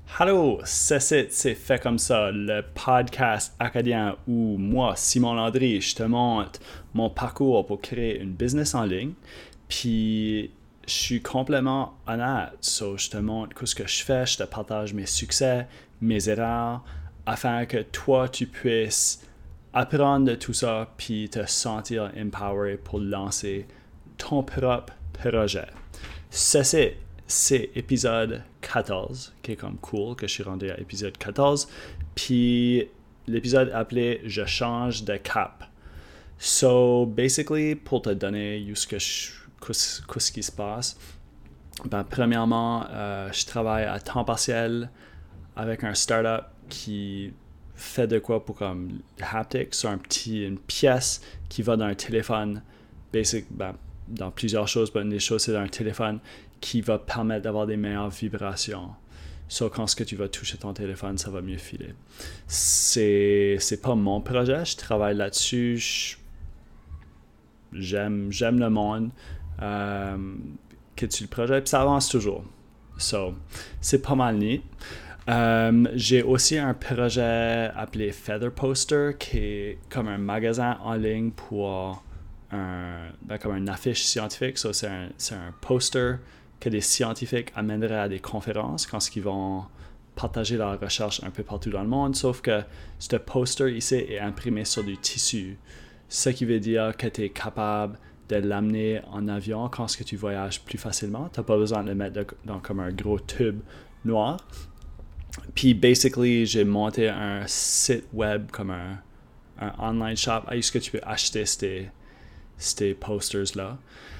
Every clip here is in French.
Allô, c'est fait comme ça, le podcast acadien où moi, Simon Landry, je te montre mon parcours pour créer une business en ligne. Puis, je suis complètement honnête. So, je te montre ce que je fais, je te partage mes succès, mes erreurs, afin que toi, tu puisses apprendre de tout ça, puis te sentir empowered pour lancer ton propre projet. C'est épisode 14, qui est comme cool, que je suis rendu à épisode 14. Puis l'épisode appelé Je change de cap. So, basically, pour te donner ce qui se passe, premièrement, je travaille à temps partiel avec un startup qui fait de quoi pour comme haptic, sur une pièce qui va dans un téléphone, dans plusieurs choses, mais une des choses, c'est dans un téléphone qui va permettre d'avoir des meilleures vibrations. So, quand tu vas toucher ton téléphone, ça va mieux filer. C'est pas mon projet, je travaille là-dessus. J'aime le monde que tu le projet, puis ça avance toujours. So, c'est pas mal neat. J'ai aussi un projet appelé Feather Poster, qui est comme un magasin en ligne pour comme une affiche scientifique. So, c'est un poster que des scientifiques amèneraient à des conférences quand ils vont partager leurs recherches un peu partout dans le monde, sauf que ce poster ici est imprimé sur du tissu, ce qui veut dire que tu es capable de l'amener en avion quand tu voyages plus facilement. Tu n'as pas besoin de le mettre dans comme un gros tube noir. Puis, basically, j'ai monté un site web comme un online shop où est-ce que tu peux acheter ces posters-là.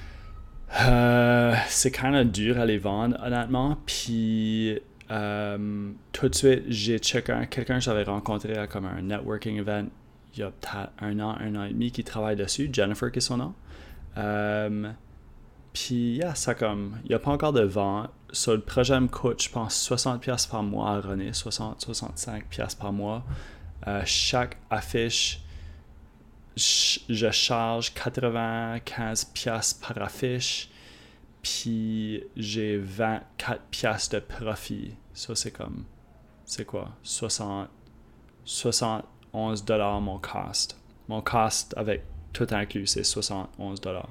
C'est kind of dur à les vendre, honnêtement. Puis, tout de suite, j'ai checké quelqu'un que j'avais rencontré à comme un networking event il y a peut-être un an et demi qui travaille dessus. Jennifer, qui est son nom. Puis, ça comme, il n'y a pas encore de vente. So, le projet me coûte, je pense, 60$ par mois à runner, 60-65$ par mois. Chaque affiche, je charge 95$ par affiche, puis j'ai 24$ de profit. Ça, c'est quoi? 71$ mon cost. Mon cost avec tout inclus, c'est 71$.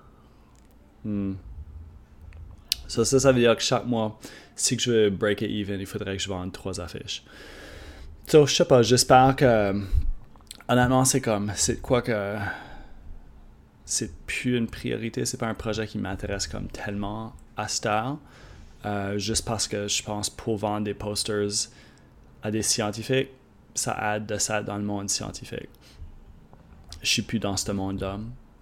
Ça veut dire que chaque mois, si je veux break it even, il faudrait que je vende 3 affiches. So, je sais pas, j'espère que honnêtement, c'est quoi que c'est plus une priorité, c'est pas un projet qui m'intéresse comme tellement à cette heure. Juste parce que je pense pour vendre des posters à des scientifiques, ça aide de ça dans le monde scientifique. Je suis plus dans ce monde-là.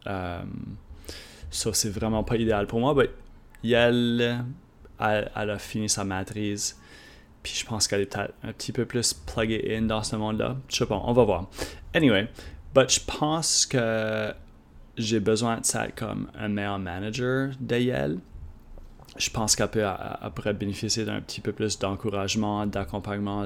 Ça, c'est vraiment pas idéal pour moi. Mais elle a fini sa maîtrise. Puis je pense qu'elle est peut-être un petit peu plus pluggée in dans ce monde-là. Je sais pas, on va voir. Anyway, je pense que j'ai besoin de ça comme un meilleur manager d'elle. Je pense qu'elle pourrait bénéficier d'un petit peu plus d'encouragement, d'accompagnement,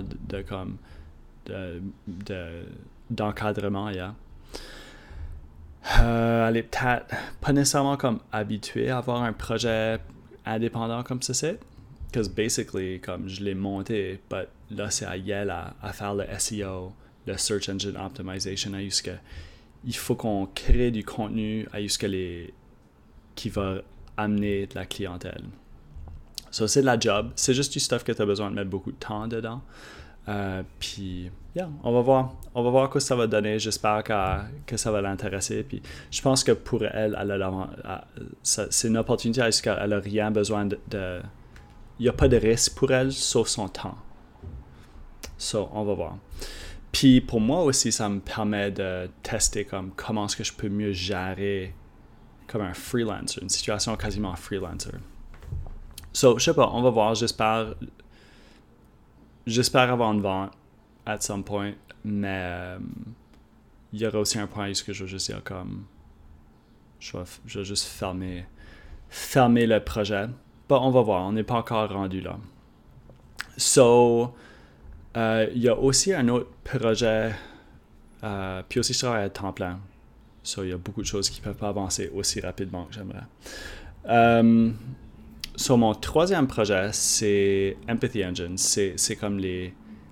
d'encadrement, yeah. Elle est peut-être pas nécessairement comme habituée à avoir un projet indépendant comme ceci. Parce que basically, comme je l'ai monté, but là c'est à elle à faire le SEO, le Search Engine Optimization, il faut qu'on crée du contenu qui va amener de la clientèle. So, c'est de la job. C'est juste du stuff que tu as besoin de mettre beaucoup de temps dedans. Puis, on va voir. On va voir ce que ça va donner. J'espère que ça va l'intéresser. Puis, je pense que pour elle, c'est une opportunité. Elle n'a rien besoin de il n'y a pas de risque pour elle, sauf son temps. So, on va voir. Puis, pour moi aussi, ça me permet de tester comment est-ce que je peux mieux gérer comme un freelancer, une situation quasiment freelancer. So, je sais pas, on va voir. J'espère avoir une vente at some point, mais il y aura aussi un point où je vais juste dire je vais juste fermer le projet. On va voir, on n'est pas encore rendu là. So, il y a aussi un autre projet, puis aussi je travaille à temps plein. So, il y a beaucoup de choses qui ne peuvent pas avancer aussi rapidement que j'aimerais. sur mon troisième projet, c'est Empathy Engine. C'est comme les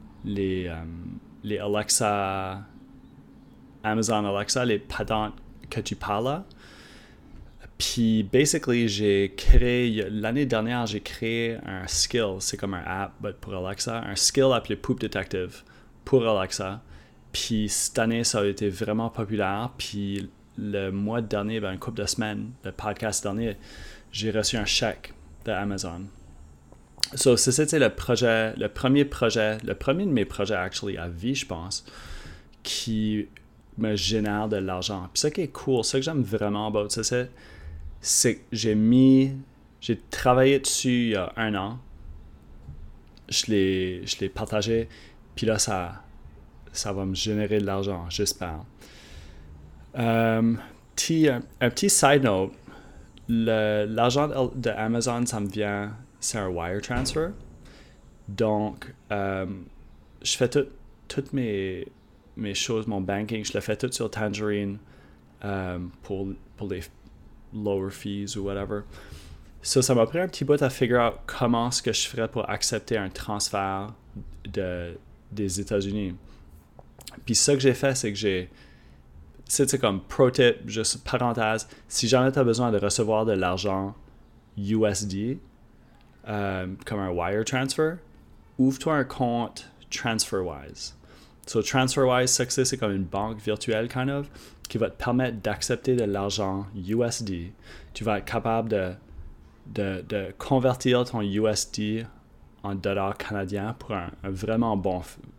Alexa, Amazon Alexa, les patentes que tu parles là. Puis, basically, l'année dernière, j'ai créé un skill, c'est comme un app but pour Alexa, un skill appelé Poop Detective pour Alexa. Puis, cette année, ça a été vraiment populaire. Puis, le mois dernier, une couple de semaines, le podcast dernier, j'ai reçu un chèque de Amazon. So, c'était le premier de mes projets, actually, à vie, je pense, qui me génère de l'argent. Puis, ça qui est cool, ça que j'aime vraiment about ça, c'est que j'ai travaillé dessus il y a 1 an. Je l'ai partagé, puis là, ça va me générer de l'argent, j'espère. Un petit side note, l'argent de Amazon, ça me vient, c'est un wire transfer. Donc, je fais toutes mes choses, mon banking, je le fais tout sur Tangerine pour les lower fees ou whatever. Ça m'a pris un petit bout à figure out comment est-ce que je ferais pour accepter un transfert des États-Unis. Puis ça que j'ai fait, c'est que c'est comme pro tip, juste parenthèse, si jamais tu as besoin de recevoir de l'argent USD, comme un wire transfer, ouvre-toi un compte TransferWise. So TransferWise, ça que c'est comme une banque virtuelle, kind of, qui va te permettre d'accepter de l'argent USD. Tu vas être capable de convertir ton USD en dollars canadiens pour un vraiment bon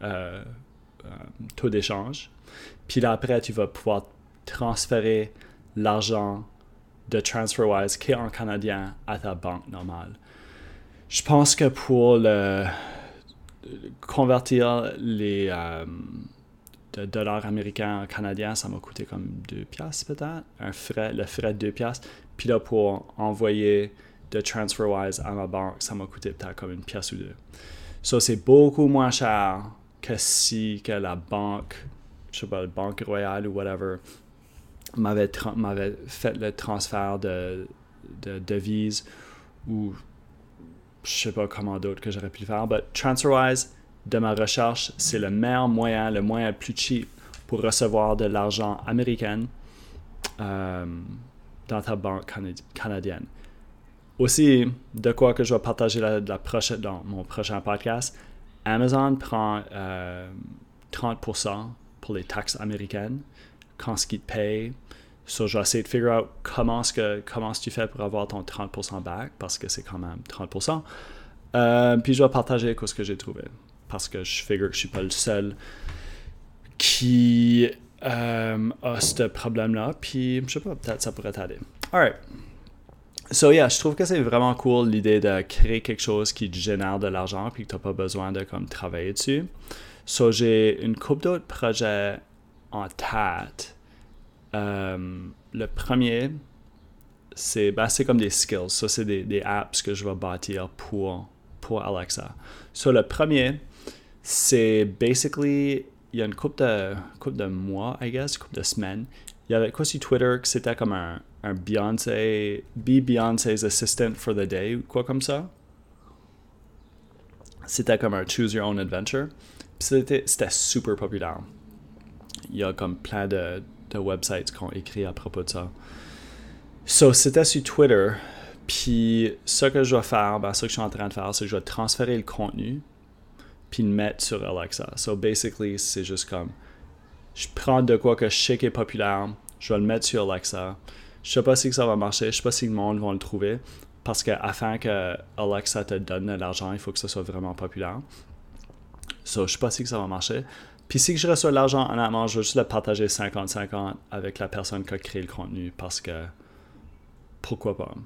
taux d'échange. Puis là, après, tu vas pouvoir transférer l'argent de TransferWise qui est en canadien à ta banque normale. Je pense que pour convertir les de dollars américains en canadiens, ça m'a coûté comme 2$ peut-être, le frais de 2$. Puis là, pour envoyer de TransferWise à ma banque, ça m'a coûté peut-être comme 1$ ou 2$. Ça, c'est beaucoup moins cher que la banque, je sais pas, la Banque Royale ou whatever, m'avait fait le transfert de devises ou je sais pas comment d'autres que j'aurais pu le faire. Mais TransferWise, de ma recherche, c'est le meilleur moyen, le moyen le plus cheap pour recevoir de l'argent américain dans ta banque canadienne. Aussi, de quoi que je vais partager dans mon prochain podcast, Amazon prend 30% pour les taxes américaines quand ce qu'ils te payent. So, je vais essayer de figure out comment est-ce que tu fais pour avoir ton 30% back, parce que c'est quand même 30%. Puis je vais partager ce que j'ai trouvé, parce que je figure que je suis pas le seul qui a ce problème-là. Puis je sais pas, peut-être ça pourrait t'aider. Alright. So yeah, je trouve que c'est vraiment cool l'idée de créer quelque chose qui te génère de l'argent puis que tu n'as pas besoin de travailler dessus. So j'ai une couple d'autres projets en tête. Le premier, c'est comme des skills. Ça, c'est des apps que je vais bâtir pour Alexa. So le premier, c'est basically, il y a une couple de mois, I guess, couple de semaines, il y avait quoi sur Twitter que c'était comme un Beyoncé, Be Beyoncé's Assistant for the Day, ou quoi comme ça. C'était comme un Choose Your Own Adventure. Puis c'était super populaire. Il y a comme plein de websites qui ont écrit à propos de ça. So, c'était sur Twitter. Puis, ce que je vais faire, ce que je suis en train de faire, c'est que je vais transférer le contenu puis le mettre sur Alexa. So, basically, c'est juste comme, je prends de quoi que je sais qui est populaire, je vais le mettre sur Alexa. Je sais pas si ça va marcher, je sais pas si le monde va le trouver, parce que afin que Alexa te donne de l'argent, il faut que ça soit vraiment populaire. So, je sais pas si ça va marcher. Puis si je reçois de l'argent, honnêtement, je vais juste le partager 50-50 avec la personne qui a créé le contenu, parce que pourquoi pas.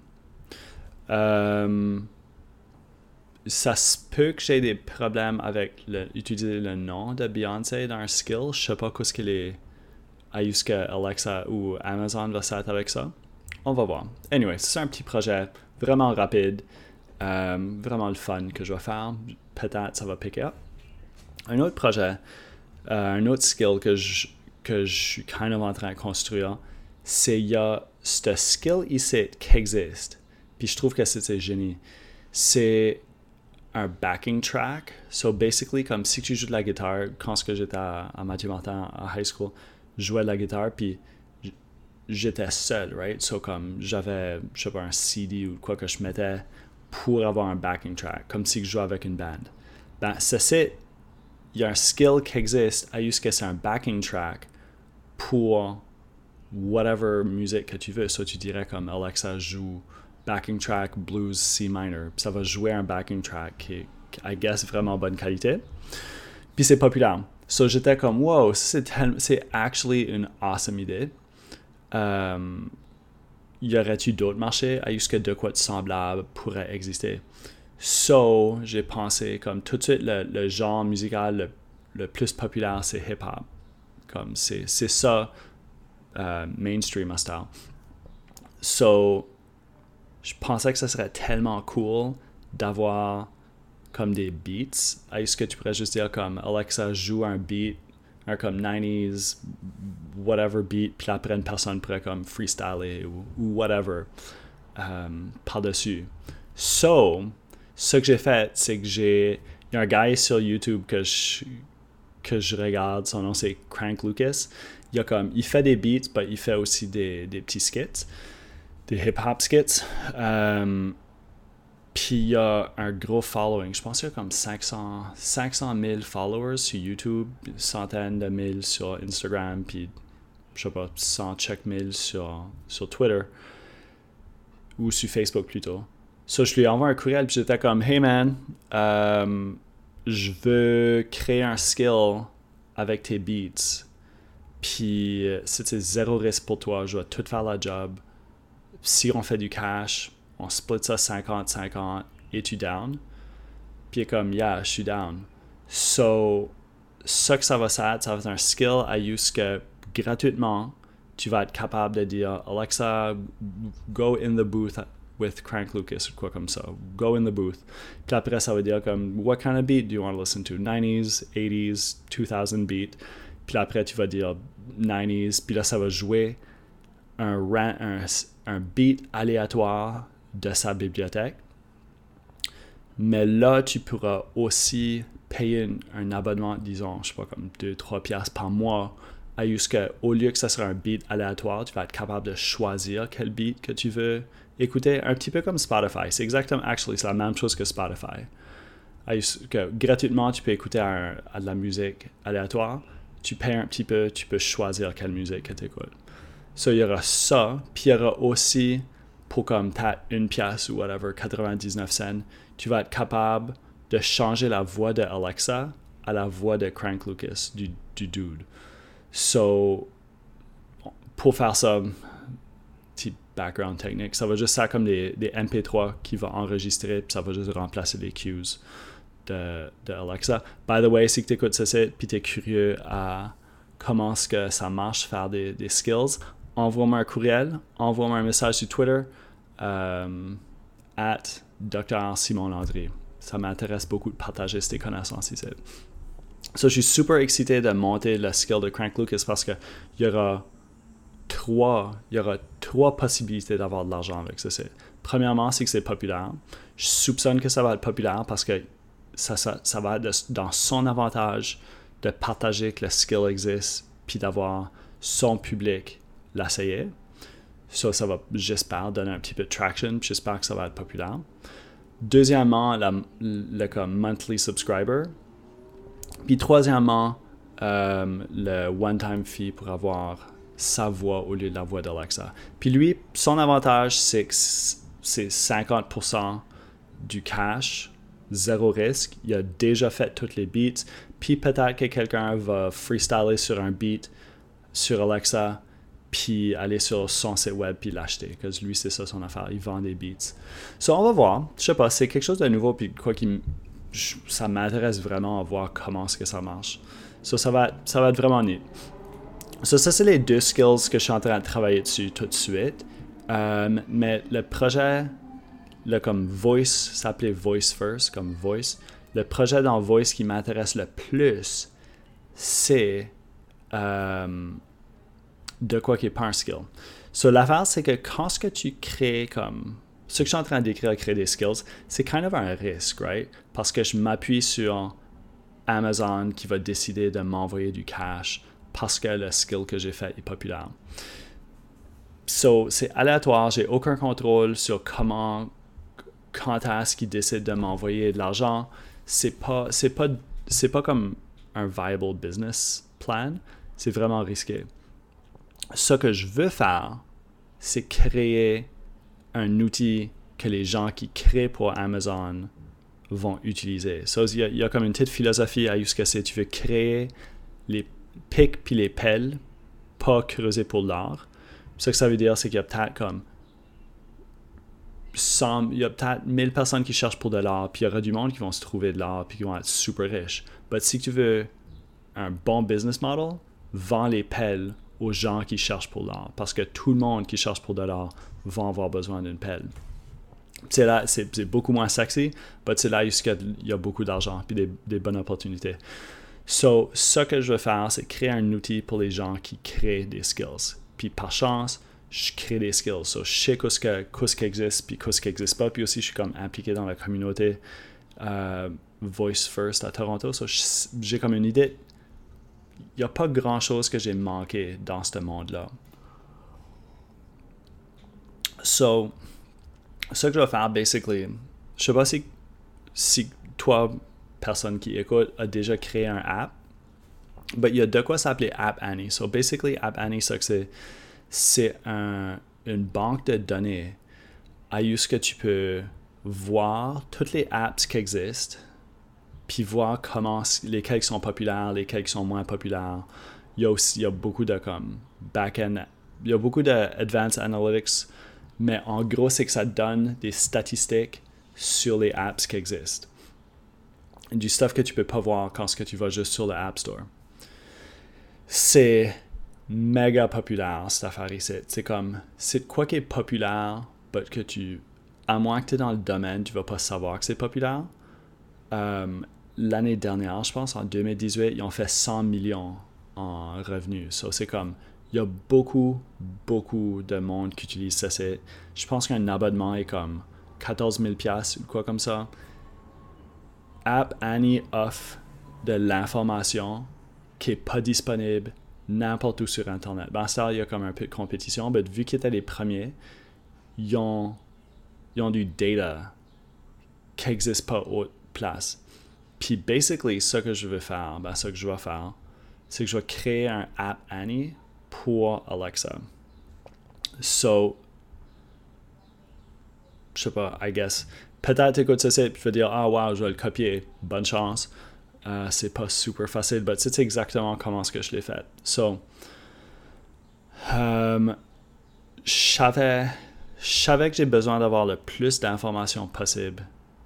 Ça se peut que j'ai des problèmes avec utiliser le nom de Beyoncé dans un skill. Je sais pas qu'est-ce qu'il est. Est-ce que Alexa ou Amazon va s'être avec ça? On va voir. Anyway, c'est un petit projet vraiment rapide, vraiment le fun que je vais faire. Peut-être ça va pick up. Un autre projet, un autre skill que je suis kind of en train de construire, c'est il y a ce skill ici qui existe, Puis je trouve que c'est génie. C'est un backing track. So basically, comme si tu joues de la guitare, quand j'étais à Mathieu Martin à high school, je jouais de la guitare, puis j'étais seul, right? So comme j'avais, je sais pas, un CD ou quoi que je mettais pour avoir un backing track, comme si je jouais avec une band. Ben, il y a un skill qui existe à juste que c'est un backing track pour whatever musique que tu veux. So tu dirais comme Alexa joue backing track blues C minor, puis ça va jouer un backing track qui est, I guess, vraiment bonne qualité. Puis c'est populaire. So j'étais comme, wow, c'est actually une awesome idée. Y aurait-tu d'autres marchés à juste que de quoi de semblable pourrait exister? So, j'ai pensé comme tout de suite le genre musical le plus populaire, c'est hip-hop. Comme c'est ça, mainstream à style. So, je pensais que ça serait tellement cool d'avoir comme des beats. Est-ce que tu pourrais juste dire comme Alexa joue un beat, un comme 90s, whatever beat, puis après une personne pourrait comme freestyler ou whatever par-dessus. So, ce que j'ai fait, c'est que il y a un gars sur YouTube que je regarde, son nom c'est Crank Lucas. Il fait des beats, mais il fait aussi des petits skits, des hip-hop skits. Puis il y a un gros following. Je pense qu'il y a comme 500 000 followers sur YouTube, centaines de mille sur Instagram, puis je sais pas, 100 000 sur Twitter ou sur Facebook plutôt. So, je lui envoie un courriel, puis j'étais comme, hey man, je veux créer un skill avec tes beats. Puis c'était zéro risque pour toi, je vais tout faire la job. Si on fait du cash, on split ça 50-50, et tu down? Puis il est comme, yeah, je suis down. So, ça que ça va être un skill à use que gratuitement, tu vas être capable de dire, Alexa, go in the booth with Crank Lucas ou quoi comme ça. Go in the booth. Puis après, ça veut dire comme, what kind of beat do you want to listen to? 90s, 80s, 2000 beat. Puis après, tu vas dire 90s. Puis là, ça va jouer un beat aléatoire de sa bibliothèque. Mais là, tu pourras aussi payer un abonnement, disons, je sais pas, comme 2-3 piastres par mois, à juste que, au lieu que ça soit un beat aléatoire, tu vas être capable de choisir quel beat que tu veux écouter, un petit peu comme Spotify. C'est exactement, c'est la même chose que Spotify. Que gratuitement, tu peux écouter à de la musique aléatoire, tu payes un petit peu, tu peux choisir quelle musique que tu écoutes. So, il y aura ça, puis il y aura aussi, pour comme t'as 1 pièce ou whatever, 99 cents, tu vas être capable de changer la voix de Alexa à la voix de Crank Lucas, du dude. So, pour faire ça, petit background technique, ça va juste faire comme des MP3 qui vont enregistrer, puis ça va juste remplacer les cues de Alexa. By the way, si tu écoutes ce site, puis tu es curieux à comment est-ce que ça marche, faire des skills, envoie-moi un courriel, envoie-moi un message sur Twitter, @Dr. Simon Landry. Ça m'intéresse beaucoup de partager ces connaissances ici. So, je suis super excité de monter le skill de Crank Lucas parce qu'il y aura trois possibilités d'avoir de l'argent avec ce site. Premièrement, c'est que c'est populaire. Je soupçonne que ça va être populaire parce que ça va être dans son avantage de partager que le skill existe puis d'avoir son public l'essayer. Ça va, j'espère, donner un petit peu de traction, puis j'espère que ça va être populaire. Deuxièmement, le comme monthly subscriber. Puis troisièmement, le one-time fee pour avoir sa voix au lieu de la voix d'Alexa. Puis lui, son avantage, c'est que c'est 50% du cash, zéro risque. Il a déjà fait toutes les beats. Puis peut-être que quelqu'un va freestyler sur un beat sur Alexa, puis aller sur son site web puis l'acheter. Parce que lui, c'est ça son affaire. Il vend des beats. So, on va voir. Je sais pas, c'est quelque chose de nouveau, puis quoi ça m'intéresse vraiment à voir comment est-ce que ça marche. So, ça va être vraiment neat. So, ça, c'est les deux skills que je suis en train de travailler dessus tout de suite. Mais le projet, comme Voice, s'appelait Voice First, comme Voice. Le projet dans Voice qui m'intéresse le plus, c'est de quoi qui n'est pas un skill. So, l'affaire, c'est que quand ce que tu crées comme ce que je suis en train d'écrire, créer des skills, c'est kind of un risque, right? Parce que je m'appuie sur Amazon qui va décider de m'envoyer du cash parce que le skill que j'ai fait est populaire. So, c'est aléatoire, j'ai aucun contrôle sur quand est-ce qu'ils décident de m'envoyer de l'argent. C'est pas comme un viable business plan. C'est vraiment risqué. Ce que je veux faire, c'est créer un outil que les gens qui créent pour Amazon vont utiliser. So, il y a comme une petite philosophie à ce que c'est. Tu veux créer les pics puis les pelles, pas creuser pour l'art. Ce que ça veut dire, c'est qu'il y a peut-être comme 1000 personnes qui cherchent pour de l'art, puis il y aura du monde qui vont se trouver de l'art, puis qui vont être super riches. Mais si tu veux un bon business model, vends les pelles aux gens qui cherchent pour l'art, parce que tout le monde qui cherche pour de l'art va avoir besoin d'une pelle. C'est là, c'est beaucoup moins sexy, mais c'est là où il y a beaucoup d'argent, puis des bonnes opportunités. So, ce que je veux faire, c'est créer un outil pour les gens qui créent des skills. Puis par chance, je crée des skills. So, je sais qu'est-ce qui existe, puis qu'est-ce qui n'existe pas. Puis aussi, je suis comme impliqué dans la communauté Voice First à Toronto. So, j'ai comme une idée. Il n'y a pas grand-chose que j'ai manqué dans ce monde-là. So, ce que je vais faire, basically, je sais pas si toi, personne qui écoute, a déjà créé un app, mais il y a de quoi s'appeler App Annie. So, basically, App Annie, c'est une banque de données à ce que tu peux voir toutes les apps qui existent, puis voir lesquelles sont populaires, lesquelles sont moins populaires. Il y a beaucoup de comme back-end, il y a beaucoup de advanced analytics, mais en gros, c'est que ça donne des statistiques sur les apps qui existent. Du stuff que tu peux pas voir quand tu vas juste sur le App Store. C'est méga populaire, cette affaire ici. C'est quoi qui est populaire, but que à moins que tu es dans le domaine, tu vas pas savoir que c'est populaire. L'année dernière, je pense, en 2018, ils ont fait 100 millions en revenus. So, c'est comme, il y a beaucoup, beaucoup de monde qui utilise ça. Je pense qu'un abonnement est comme 14 000 $ ou quoi comme ça. App Annie offre de l'information qui n'est pas disponible n'importe où sur Internet. Ben, ça, il y a comme un peu de compétition, mais vu qu'ils étaient les premiers, ils ont du data qui n'existe pas autre place. Puis, basically, ce que je vais faire, c'est que je vais créer un App Annie pour Alexa. So, je sais pas, I guess, peut-être écoute ce site et tu vas dire, ah wow, je vais le copier, bonne chance. C'est pas super facile, mais c'est exactement comment ce que je l'ai fait. So, je savais que j'ai besoin d'avoir le plus d'informations possible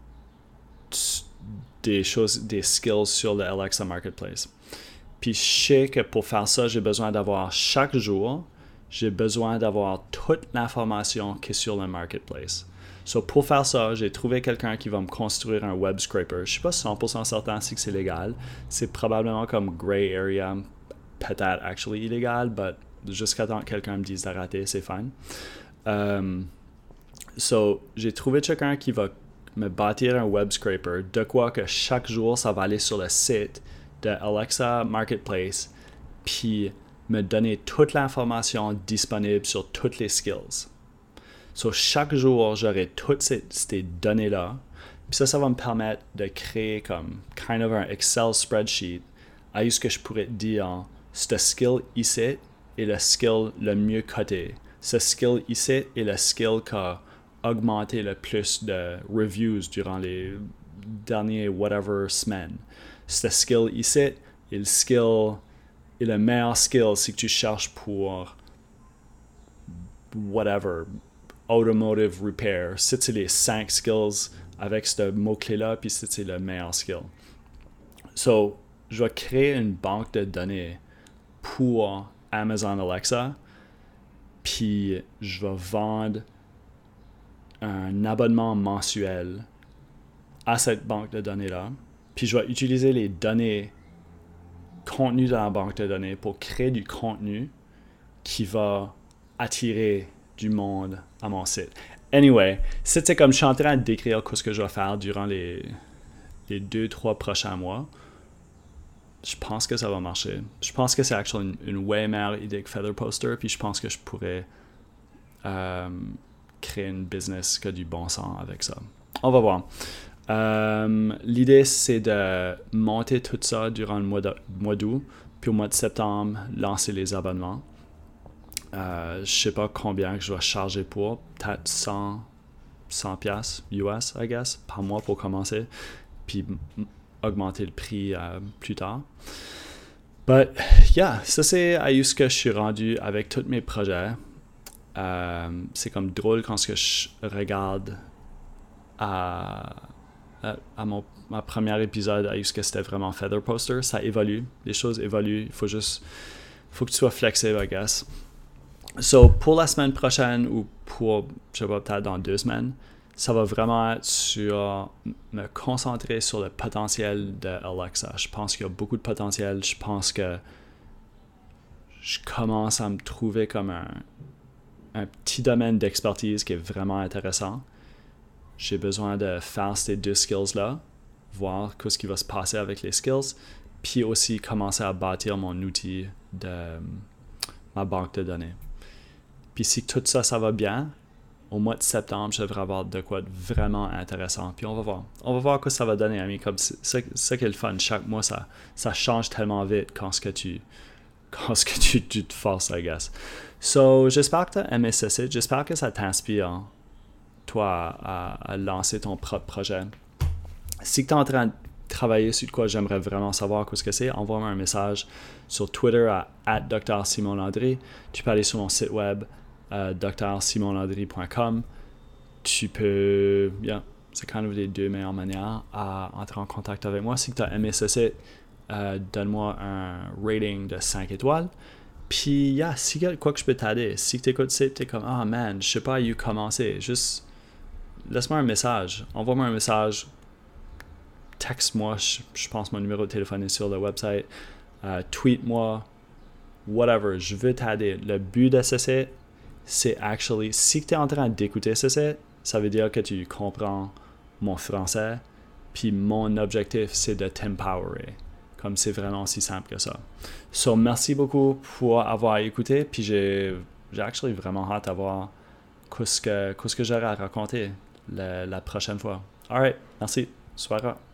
des skills sur le Alexa Marketplace. Puis je sais que pour faire ça, j'ai besoin d'avoir chaque jour, j'ai besoin d'avoir toute l'information qui est sur le Marketplace. So, pour faire ça, j'ai trouvé quelqu'un qui va me construire un web scraper. Je ne suis pas 100% certain si c'est légal. C'est probablement comme gray area, peut-être actually illégal, but jusqu'à temps que quelqu'un me dise d'arrêter, c'est fine. So, j'ai trouvé quelqu'un qui va me bâtir un web scraper, de quoi que chaque jour, ça va aller sur le site de Alexa Marketplace, puis me donner toute l'information disponible sur toutes les skills. So, chaque jour, j'aurai toutes ces données-là. Puis ça va me permettre de créer comme kind of un Excel spreadsheet à ce que je pourrais te dire, ce skill ici est le skill le mieux coté. Ce skill ici est le skill qui a augmenté le plus de reviews durant les dernières whatever semaines. Ce skill ici est le meilleur skill si tu cherches pour whatever, automotive repair. C'est les 5 skills avec ce mot-clé-là, puis c'est le meilleur skill. So, je vais créer une banque de données pour Amazon Alexa, puis je vais vendre un abonnement mensuel à cette banque de données-là, puis je vais utiliser les données contenues dans la banque de données pour créer du contenu qui va attirer du monde à mon site. Anyway, c'était comme je suis en train de décrire ce que je vais faire durant les 2-3 prochains mois. Je pense que ça va marcher. Je pense que c'est actually une way meilleure idée que Feather Poster, puis je pense que je pourrais créer une business qui a du bon sens avec ça. On va voir. L'idée, c'est de monter tout ça durant le mois d'août, puis au mois de septembre, lancer les abonnements. Je sais pas combien que je dois charger pour, peut-être 100 piastres US, I guess, par mois pour commencer, puis augmenter le prix plus tard. But yeah, ça c'est à ce que je suis rendu avec tous mes projets. C'est comme drôle quand je regarde à ma premier épisode à ce que c'était vraiment Feather Poster, ça évolue, les choses évoluent, il faut que tu sois flexible, I guess. So, pour la semaine prochaine ou pour, je sais pas, peut-être dans 2 semaines, ça va vraiment être sur me concentrer sur le potentiel de Alexa. Je pense qu'il y a beaucoup de potentiel. Je pense que je commence à me trouver comme un petit domaine d'expertise qui est vraiment intéressant. J'ai besoin de faire ces 2 skills-là, voir ce qui va se passer avec les skills, puis aussi commencer à bâtir mon outil de ma banque de données. Puis si tout ça, ça va bien, au mois de septembre, je devrais avoir de quoi de vraiment intéressant. Puis on va voir. On va voir ce que ça va donner, ami. Comme c'est ça qui est le fun. Chaque mois, ça change tellement vite quand tu te forces, I guess. So, j'espère que tu as aimé ce site. J'espère que ça t'inspire, toi, à lancer ton propre projet. Si tu es en train de travailler sur quoi j'aimerais vraiment savoir ce que c'est, envoie-moi un message sur Twitter à Dr. Simon Landry. Tu peux aller sur mon site web drsimonlandry.com. Tu peux, c'est quand même les 2 meilleures manières à entrer en contact avec moi. Si tu as aimé ce site, donne-moi un rating de 5 étoiles. Puis, si quoi que je peux t'aider, si tu écoutes ça, tu es comme, ah man, je sais pas où commencer, juste laisse-moi un message, envoie-moi un message, texte-moi, je pense mon numéro de téléphone est sur le website, tweet-moi, whatever, je veux t'aider. Le but de ce site, c'est actually, si tu es en train d'écouter ce site, ça veut dire que tu comprends mon français, puis mon objectif, c'est de t'empowerer. Comme c'est vraiment aussi simple que ça. So, merci beaucoup pour avoir écouté, puis j'ai actually vraiment hâte à voir qu'est-ce que j'aurai à raconter la prochaine fois. Alright, merci. Soirée.